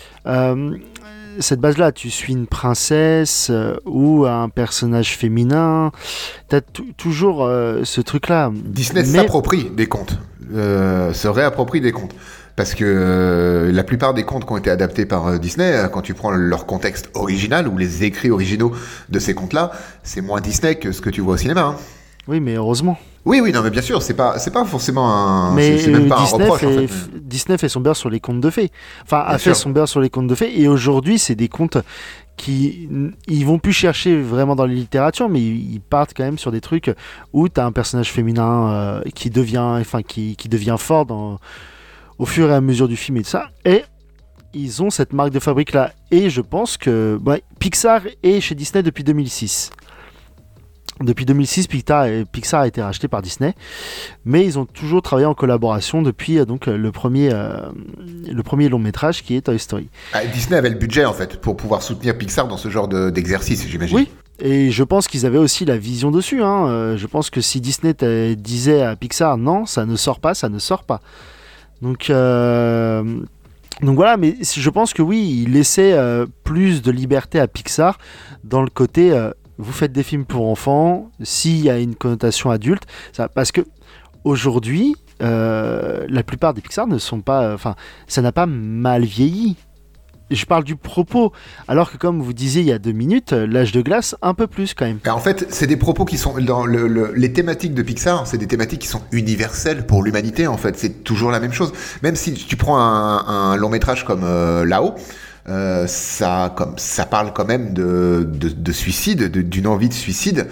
cette base-là. Tu suis une princesse ou un personnage féminin. T'as toujours ce truc-là. Disney Mais- s'approprie des contes, se réapproprie des contes. Parce que la plupart des contes qui ont été adaptés par Disney, quand tu prends leur contexte original ou les écrits originaux de ces contes-là, c'est moins Disney que ce que tu vois au cinéma. Hein. Oui, mais heureusement. Oui, non, mais bien sûr, c'est pas forcément un. Mais c'est même pas Disney, un reproche en fait. Disney fait son beurre sur les contes de fées. Enfin, Bien a fait sûr. son beurre sur les contes de fées. Et aujourd'hui, c'est des contes ils vont plus chercher vraiment dans les littératures, mais ils partent quand même sur des trucs où tu as un personnage féminin qui devient fort au fur et à mesure du film et tout ça. Et ils ont cette marque de fabrique là. Et je pense que Pixar est chez Disney depuis 2006. Depuis 2006, Pixar a été racheté par Disney, mais ils ont toujours travaillé en collaboration depuis donc le premier long métrage qui est Toy Story. Disney avait le budget en fait pour pouvoir soutenir Pixar dans ce genre d'exercice, j'imagine. Oui, et je pense qu'ils avaient aussi la vision dessus. Je pense que si Disney disait à Pixar non, ça ne sort pas, ça ne sort pas. Donc voilà, mais je pense que oui, il laissait plus de liberté à Pixar dans le côté vous faites des films pour enfants, s'il y a une connotation adulte, parce que aujourd'hui, la plupart des Pixar ne sont pas, ça n'a pas mal vieilli. Je parle du propos, alors que comme vous disiez il y a 2 minutes, L'Âge de glace, un peu plus quand même. En fait, c'est des propos qui sont dans les thématiques de Pixar, c'est des thématiques qui sont universelles pour l'humanité en fait. C'est toujours la même chose. Même si tu prends un long métrage comme Là-haut, ça parle quand même de suicide, d'une envie de suicide,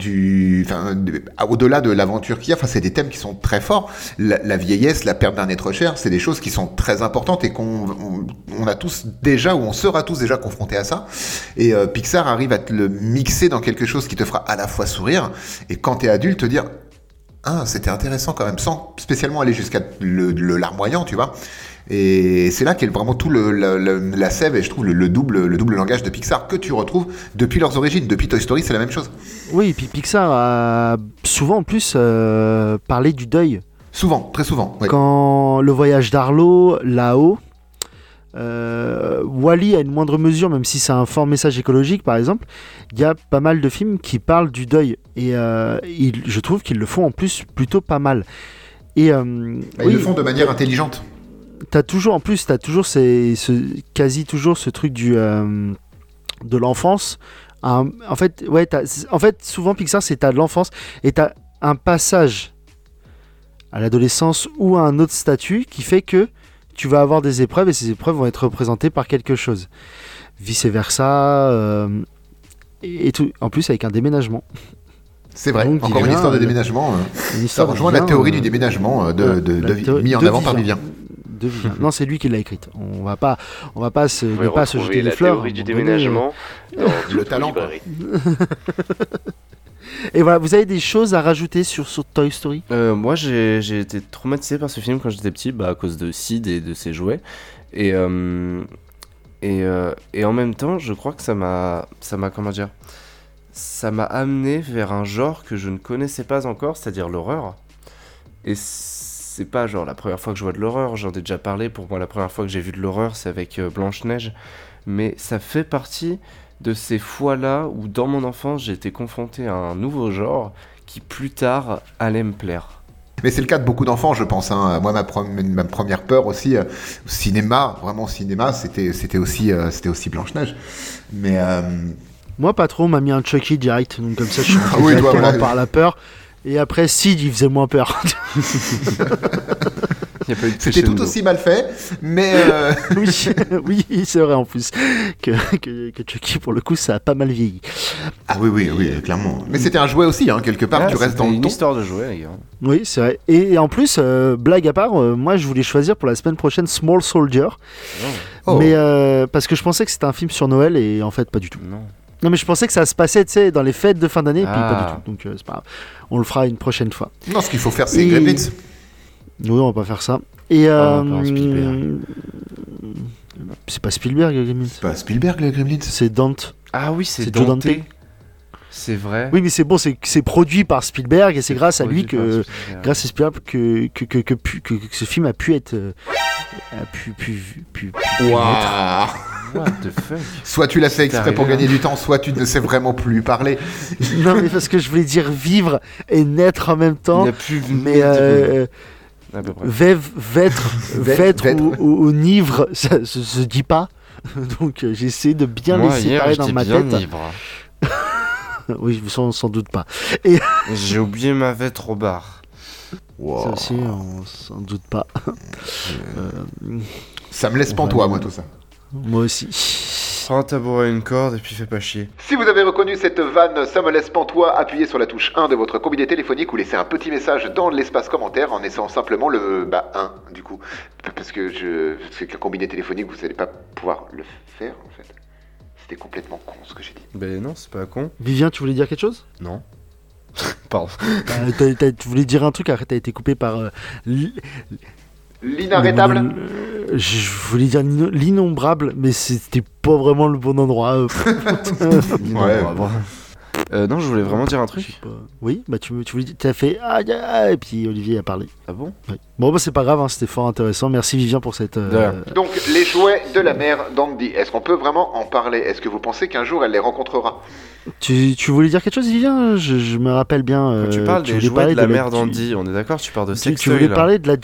au-delà de l'aventure qu'il y a. Enfin, c'est des thèmes qui sont très forts. La vieillesse, la perte d'un être cher, c'est des choses qui sont très importantes et qu'on a tous déjà, ou on sera tous déjà confrontés à ça. Et Pixar arrive à te le mixer dans quelque chose qui te fera à la fois sourire et quand t'es adulte te dire c'était intéressant quand même, sans spécialement aller jusqu'à le larmoyant, tu vois. Et c'est là qu'est vraiment tout la sève et je trouve le double langage de Pixar que tu retrouves depuis leurs origines. Depuis Toy Story, c'est la même chose. Oui, et puis Pixar a souvent en plus parlé du deuil. Souvent, très souvent. Oui. Quand le voyage d'Arlo, Là-haut, Wall-E à une moindre mesure, même si c'est un fort message écologique par exemple, il y a pas mal de films qui parlent du deuil et je trouve qu'ils le font en plus plutôt pas mal. Et Ils le font de manière intelligente. t'as toujours quasi toujours ce truc de l'enfance. En fait, souvent Pixar c'est t'as de l'enfance et t'as un passage à l'adolescence ou à un autre statut qui fait que tu vas avoir des épreuves et ces épreuves vont être représentées par quelque chose. Vice versa, et tout. En plus avec un déménagement. C'est vrai, Donc, encore une Vivien, histoire de déménagement. Une Ça histoire de rejoint la Vivien, théorie du déménagement mis en avant par Vivien. De Vivien. Non, c'est lui qui l'a écrite. On va pas se Vous pouvez se retrouver jeter la des fleurs. théorie du à un moment donné. déménagement dans Le toute talent, quoi. librairie. Et voilà, vous avez des choses à rajouter sur Toy Story? Moi, j'ai été traumatisé par ce film quand j'étais petit, à cause de Sid et de ses jouets. Et en même temps, je crois que ça m'a comment dire, ça m'a amené vers un genre que je ne connaissais pas encore, c'est-à-dire l'horreur. Et c'est pas genre la première fois que je vois de l'horreur, j'en ai déjà parlé. Pour moi, la première fois que j'ai vu de l'horreur, c'est avec Blanche-Neige. Mais ça fait partie de ces fois-là où, dans mon enfance, j'ai été confronté à un nouveau genre qui, plus tard, allait me plaire. Mais c'est le cas de beaucoup d'enfants, je pense. Hein. Moi, ma première peur aussi, au cinéma, vraiment au cinéma, c'était aussi Blanche-Neige. Mais Moi, pas trop, on m'a mis un Chucky direct, donc comme ça, je suis rentré Oui, toi, directement voilà. par la peur. Et après, Sid, il faisait moins peur. Il y a pas eu de c'était tout crescendo. aussi mal fait, mais oui, c'est vrai en plus que Chucky, pour le coup, ça a pas mal vieilli. ah oui, clairement. Mais c'était un jouet aussi, hein, quelque part. Ah, Tu restes c'était dans le une ton. histoire de jouets, les gars. Oui, c'est vrai. Et en plus, blague à part, moi, je voulais choisir pour la semaine prochaine Small Soldier. Oh. Mais parce que je pensais que c'était un film sur Noël et en fait, pas du tout. Non. Non, mais je pensais que ça se passait, tu sais, dans les fêtes de fin d'année, et puis pas Ah. du tout. Donc, c'est pas grave. On le fera une prochaine fois. Non, ce qu'il faut faire, c'est Et- Gremlins. Oui, on va pas faire ça. Et pas un Spielberg. c'est pas Spielberg, Gremlins. C'est pas Spielberg, les Gremlins. C'est Dante. Ah oui, c'est C'est Joe Dante. Dante. C'est vrai. Oui, mais c'est bon, c'est produit par Spielberg et c'est grâce à lui Produit par que, Spielberg. grâce à Spielberg que ce film a pu être, a pu Waouh. What the fuck. Soit tu l'as fait C'est exprès arrivé, pour gagner hein. du temps, soit tu ne sais vraiment plus parler. Non, mais parce que je voulais dire vivre et naître en même Il temps. n'y a plus Mais à peu près. vêtre Vêtre. ou nivre, ça se dit pas. Donc j'essaie de bien Moi, les hier, séparer dans j'étais ma bien tête. ivre. Oui, sans doute pas. J'ai oublié ma vêtre au bar. Ça aussi, on s'en doute pas. Ça me laisse On pantois, va- moi, tout ça. Moi aussi. Prends un tabouret et une corde et puis fais pas chier. Si vous avez reconnu cette vanne, ça me laisse pantois, appuyez sur la touche 1 de votre combiné téléphonique ou laissez un petit message dans l'espace commentaire en laissant simplement le 1 du coup. Parce que avec le combiné téléphonique, vous n'allez pas pouvoir le faire en fait. C'était complètement con ce que j'ai dit. Ben non, c'est pas con. Vivien, tu voulais dire quelque chose? Non. Pardon. Tu voulais dire un truc, après t'as été coupé par... L'inarrêtable. Je voulais dire l'innombrable, mais c'était pas vraiment le bon endroit. Ouais. Non, je voulais vraiment dire un Je truc. sais pas. Oui, bah tu voulais dire, t'as fait aïe, aïe, et puis Olivier a parlé. Ah bon? Ouais. Bon, bah c'est pas grave, hein, c'était fort intéressant. Merci Vivien pour cette. De rien. Donc les jouets de la mère d'Andy, est-ce qu'on peut vraiment en parler? Est-ce que vous pensez qu'un jour elle les rencontrera? Tu voulais dire quelque chose, Vivien? Je me rappelle bien. Quand tu parles tu des voulais jouets parler de la tu- mère d'Andy, on est d'accord? Tu parles de Tu sextoy voulais là. parler de la.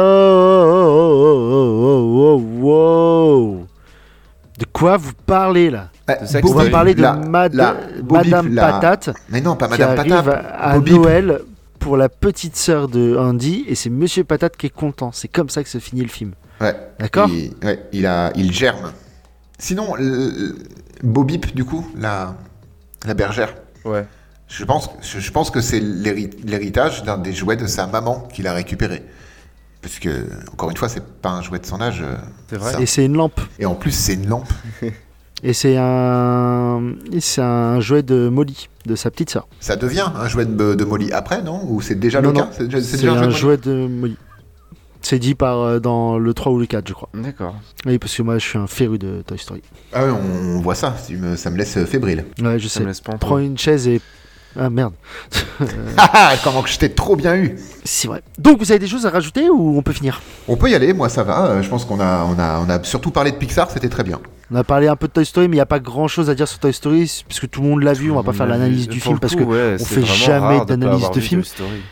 Oh. De quoi vous parlez là? sexe, On va oui. parler de Bobby, Madame Patate. Mais non, pas qui Madame arrive Patate. à Bobby. Noël pour la petite sœur de Andy et c'est Monsieur Patate qui est content. C'est comme ça que se finit le film. Ouais. D'accord? Il germe. Sinon, Bobip, du coup, la bergère. Ouais. Je pense que c'est l'héritage d'un des jouets de sa maman qu'il a récupéré. Parce que, encore une fois, c'est pas un jouet de son âge. C'est vrai. ça. Et c'est une lampe. Et en plus, c'est une lampe. Et c'est un jouet de Molly, de sa petite sœur. Ça devient un jouet de Molly après, non? Ou c'est déjà Non, le cas? non. C'est C'est déjà un de jouet de Molly. C'est dit par dans le 3 ou le 4, je crois. D'accord. Oui, parce que moi, je suis un féru de Toy Story. Ah oui, on voit ça. Ça me laisse fébrile. Ouais, je Ça sais. me laisse pas en Prends une chaise et Ah merde. Ah, comment que je t'ai trop bien eu. C'est vrai. Donc vous avez des choses à rajouter ou on peut finir? On peut y aller, moi ça va. Je pense qu'on a surtout parlé de Pixar, c'était très bien. On a parlé un peu de Toy Story, mais il n'y a pas grand chose à dire sur Toy Story, parce que tout le monde l'a vu, on va pas faire l'analyse du film, parce que on fait jamais d'analyse de film.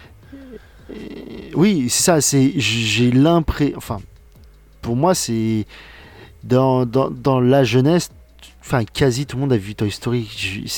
Oui, c'est ça, j'ai l'impression... Enfin, pour moi, c'est... Dans la jeunesse, enfin, quasi tout le monde a vu Toy Story.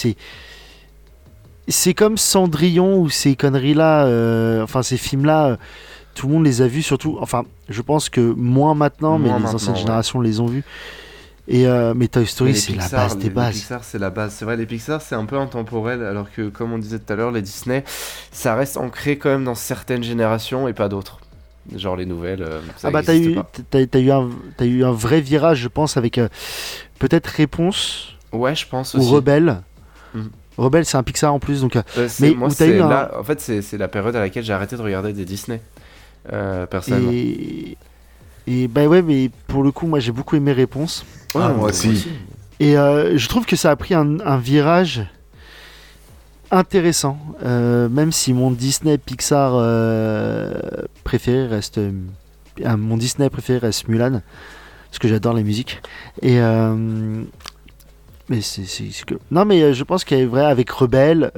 C'est comme Cendrillon ou ces conneries-là, enfin, ces films-là, tout le monde les a vus, surtout... Enfin, je pense que moins maintenant, mais les anciennes générations les ont vus. Mais Toy Story, c'est la base des bases. Les Pixar, c'est la base. C'est vrai, les Pixar, c'est un peu intemporel, alors que, comme on disait tout à l'heure, les Disney, ça reste ancré quand même dans certaines générations et pas d'autres. Genre les nouvelles, ça n'existe pas. T'as eu un vrai virage, je pense, avec peut-être Réponse. Ouais, je pense ou aussi. Ou Rebelle. Mm. Rebelle, c'est un Pixar en plus, donc. Mais moi, en fait, c'est la période à laquelle j'ai arrêté de regarder des Disney, personnellement. Et bah ouais, mais pour le coup, moi, j'ai beaucoup aimé Réponse. Ah, moi aussi. Et je trouve que ça a pris un virage intéressant, même si mon Disney Pixar préféré reste mon Disney préféré reste Mulan, parce que j'adore la musique. Et mais c'est que non, mais je pense qu'il y a vrai avec Rebelle,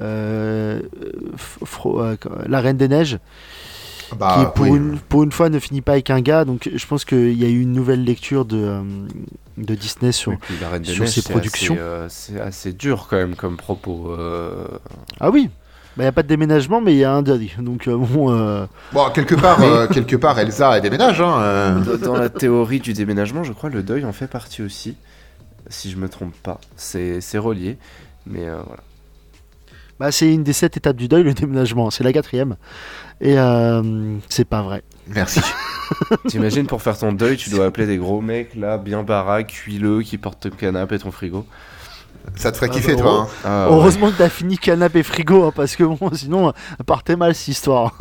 La Reine des Neiges. Bah, qui pour une fois ne finit pas avec un gars, donc je pense qu'il y a eu une nouvelle lecture de Disney sur ses productions. C'est assez dur quand même comme propos. Ah oui, il n'y a pas de déménagement, mais il y a un deuil. Donc bon, quelque part, Elsa elle déménage. Hein, Dans la théorie du déménagement, je crois le deuil en fait partie aussi, si je me trompe pas. C'est relié, mais voilà. Bah, c'est une des 7 étapes du deuil, le déménagement. C'est la 4e. Et c'est pas vrai. Merci. T'imagines, pour faire ton deuil, tu dois appeler des gros mecs là, bien baraques, huileux, qui portent ton canapé et ton frigo. Ça te ferait kiffer, toi. Hein. Heureusement que t'as fini canapé et frigo, hein, parce que bon, sinon, elle partait mal cette histoire.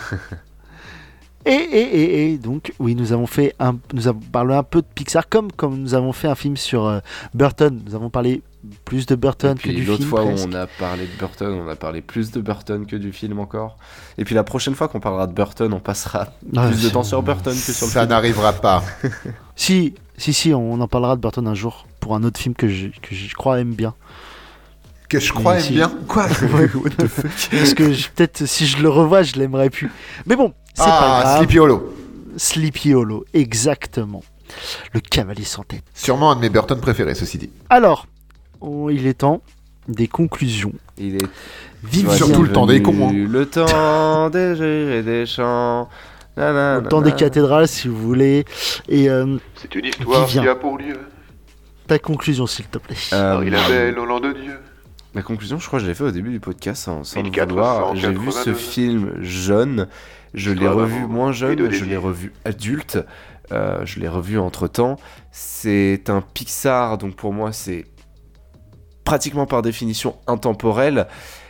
Et donc, oui, nous avons parlé un peu de Pixar, comme nous avons fait un film sur Burton. Nous avons parlé plus de Burton que du film. L'autre fois presque. où on a parlé de Burton, on a parlé plus de Burton que du film encore. Et puis la prochaine fois qu'on parlera de Burton, on passera plus de temps sur Burton que sur le film. Ça n'arrivera pas. Si, on en parlera de Burton un jour, pour un autre film que je crois aime bien. Que je crois aime bien. Quoi? What the fuck? Parce que peut-être si je le revois, je l'aimerais plus. Mais bon, c'est pas grave. Sleepy Hollow. Sleepy Hollow, exactement. Le cavalier sans tête. Sûrement un de mes Burton préférés, ceci dit. Alors, il est temps des conclusions. Il est surtout le temps des cons. Hein. Le temps des jeux et des chants. Le temps des cathédrales, si vous voulez. Et c'est une histoire qui a pour lieu. Ta conclusion, s'il te plaît. Marie la Belle au nom de Dieu. Ma conclusion, je crois que je l'ai fait au début du podcast, sans le vouloir. J'ai vu ce film jeune, je l'ai revu moins jeune, je l'ai revu adulte, je l'ai revu entre-temps. C'est un Pixar, donc pour moi, c'est pratiquement par définition intemporel.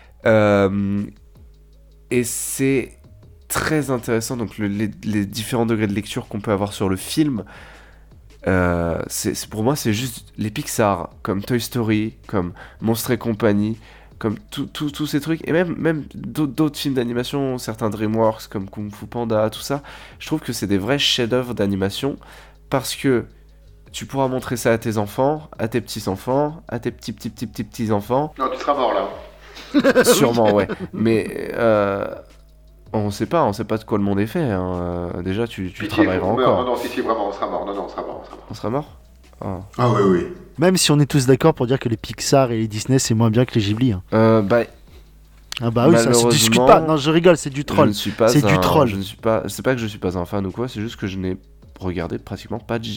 Et c'est très intéressant, donc les différents degrés de lecture qu'on peut avoir sur le film. Pour moi, c'est juste les Pixar, comme Toy Story, comme Monstres et compagnie, comme tous ces trucs, et même d'autres films d'animation, certains DreamWorks, comme Kung Fu Panda, tout ça. Je trouve que c'est des vrais chefs-d'œuvre parce que tu pourras montrer ça à tes enfants, à tes petits-enfants, à tes petits-enfants. Non, tu seras mort là. Sûrement, ouais. Mais on sait pas de quoi le monde est fait. Hein. Déjà, tu travailleras encore. Non, si, vraiment, on sera mort. Non, on sera mort. On sera mort ? Ah oui. Même si on est tous d'accord pour dire que les Pixar et les Disney, c'est moins bien que les Ghibli. Hein. Ah bah oui, ça se discute pas. Non, je rigole, c'est du troll. C'est du troll. C'est pas que je suis pas un fan ou quoi, c'est juste que je n'ai regardé pratiquement pas de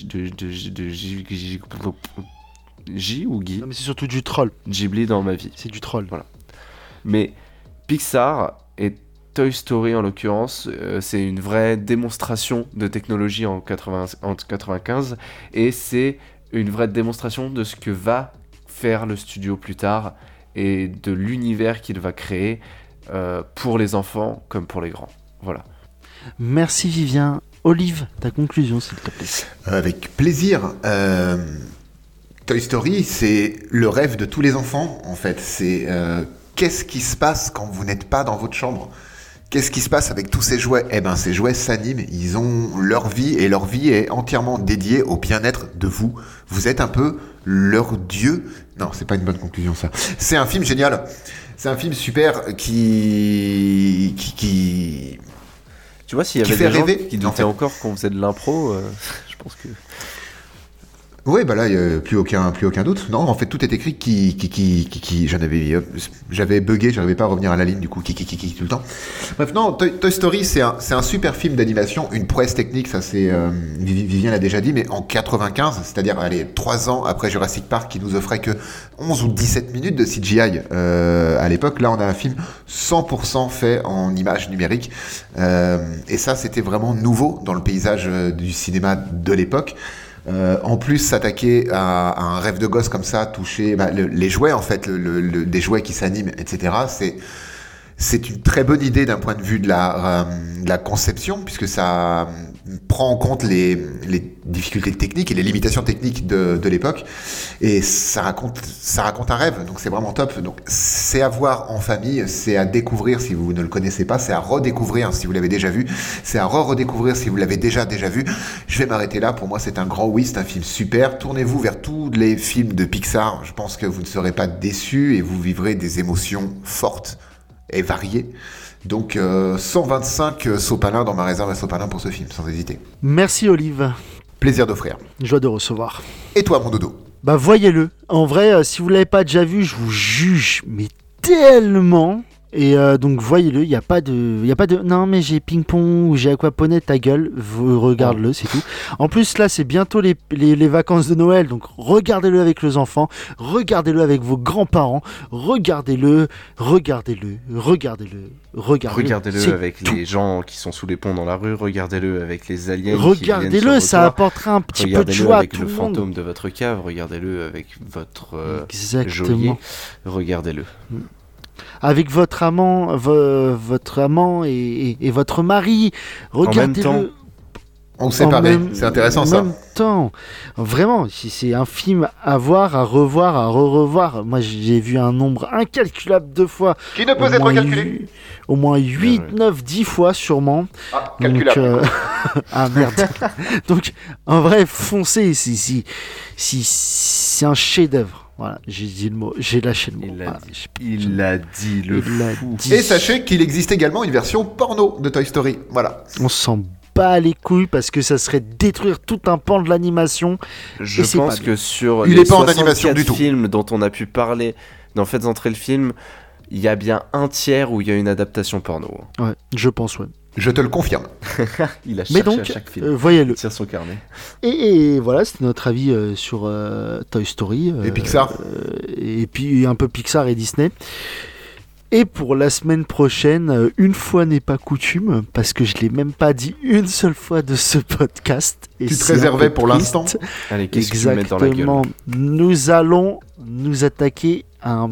J ou Guy. Non, mais c'est surtout du troll. Ghibli dans ma vie. C'est du troll. Voilà. Mais Pixar et Toy Story en l'occurrence, c'est une vraie démonstration de technologie en 95 et c'est une vraie démonstration de ce que va faire le studio plus tard et de l'univers qu'il va créer pour les enfants comme pour les grands. Voilà. Merci Vivien. Olive, ta conclusion s'il te plaît. Avec plaisir. Toy Story, c'est le rêve de tous les enfants en fait. C'est qu'est-ce qui se passe quand vous n'êtes pas dans votre chambre ? Qu'est-ce qui se passe avec tous ces jouets ? Eh ben, ces jouets s'animent, ils ont leur vie et leur vie est entièrement dédiée au bien-être de vous. Vous êtes un peu leur dieu. Non, c'est pas une bonne conclusion ça. C'est un film génial. C'est un film super qui Tu vois, s'il y qui avait fait des gens rêver, qui en doutaient fait. encore qu'on faisait de l'impro, je pense que... Oui, bah là, il n'y a plus aucun doute. Non, en fait, tout est écrit j'avais bugué, j'arrivais pas à revenir à la ligne, du coup, tout le temps. Bref, non, Toy Story, c'est un super film d'animation, une prouesse technique, ça c'est, Vivien l'a déjà dit, mais en 95, c'est-à-dire, 3 ans après Jurassic Park, qui nous offrait que 11 ou 17 minutes de CGI, à l'époque, là, on a un film 100% fait en images numériques, et ça, c'était vraiment nouveau dans le paysage du cinéma de l'époque. En plus, s'attaquer à un rêve de gosse comme ça, toucher les jouets en fait, des jouets qui s'animent, etc. C'est une très bonne idée d'un point de vue de la conception, puisque ça prend en compte les difficultés techniques et les limitations techniques de l'époque, et ça raconte un rêve, donc c'est vraiment top. Donc c'est à voir en famille, c'est à découvrir si vous ne le connaissez pas, c'est à redécouvrir si vous l'avez déjà vu, c'est à redécouvrir si vous l'avez déjà vu. Je vais m'arrêter là, pour moi c'est un grand oui, c'est un film super. Tournez-vous vers tous les films de Pixar, je pense que vous ne serez pas déçus et vous vivrez des émotions fortes et varié. Donc 125 sopalins dans ma réserve à sopalins pour ce film, sans hésiter. Merci Olive, Plaisir d'offrir. joie de recevoir. Et toi, mon dodo ? Bah voyez-le. En vrai, si vous l'avez pas déjà vu, je vous juge, mais tellement. Et donc voyez-le, il y a pas de non mais j'ai ping-pong ou j'ai aquaponé, ta gueule, regarde-le, c'est tout. En plus là, c'est bientôt les vacances de Noël, donc regardez-le avec les enfants, regardez-le avec vos grands-parents, regardez-le Regardez-le avec tout. les gens qui sont sous les ponts dans la rue, regardez-le avec les aliens qui Regardez-le, viennent sur ça vos toits. apportera un petit peu de Regardez-le joie à avec tout le le monde. fantôme de votre cave, regardez-le avec votre Exactement. geôlier, regardez-le. Avec votre amant, votre amant et votre mari, regardez-le. temps. On s'est parlé, c'est intéressant en ça. même temps, vraiment, c'est un film à voir, à revoir, à re-revoir. Moi, j'ai vu un nombre incalculable de fois. Qui ne peut Au être moins calculé. Au moins 8, Ouais. 9, 10 fois sûrement. Ah, Donc, calculable. ah merde. Donc, en vrai, foncez. C'est un chef-d'œuvre. Voilà, j'ai dit le mot, j'ai lâché le mot. Il l'a Voilà, dit. Il l'a dit, le Il l'a fou. dit. Et sachez qu'il existe également une version porno de Toy Story. Voilà. On s'en bat les couilles parce que ça serait détruire tout un pan de l'animation. Je Et c'est pense pas que sur Il les est pas en animation 64 du tout. films dont on a pu parler dans Faites entrer le film, il y a bien un tiers où il y a une adaptation porno. Ouais, je pense, ouais. Je te le confirme. Il a Mais cherché donc, à chaque film. voyez-le. Il tire son carnet. Et voilà, c'était notre avis sur Toy Story. Et Pixar. Et puis un peu Pixar et Disney. Et pour la semaine prochaine, une fois n'est pas coutume, parce que je ne l'ai même pas dit une seule fois de ce podcast. Et Tu te c'est un réservais peu pour triste. l'instant. Allez, qu'est-ce que tu mets dans la gueule? Exactement. Nous allons nous attaquer à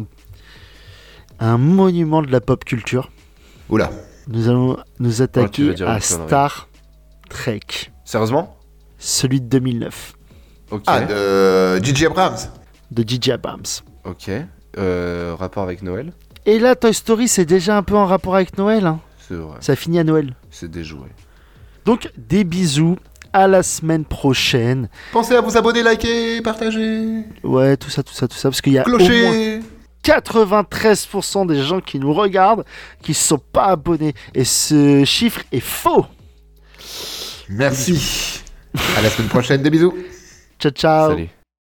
un monument de la pop culture. Oula. Nous allons nous tu attaquer vas dire à une connerie. Star Trek, Sérieusement? celui de 2009, Ok. Ah, de J.J. Abrams. de J.J. Abrams. Ok. Rapport avec Noël? Et là, Toy Story, c'est déjà un peu en rapport avec Noël. Hein. C'est vrai. Ça finit à Noël. C'est déjoué. Donc, des bisous. À la semaine prochaine. Pensez à vous abonner, liker, partager. Ouais, tout ça. Parce qu'il y a au moins Clocher. 93% des gens qui nous regardent qui ne sont pas abonnés. Et ce chiffre est faux. Merci. À la semaine prochaine, des bisous. Ciao, ciao. Salut.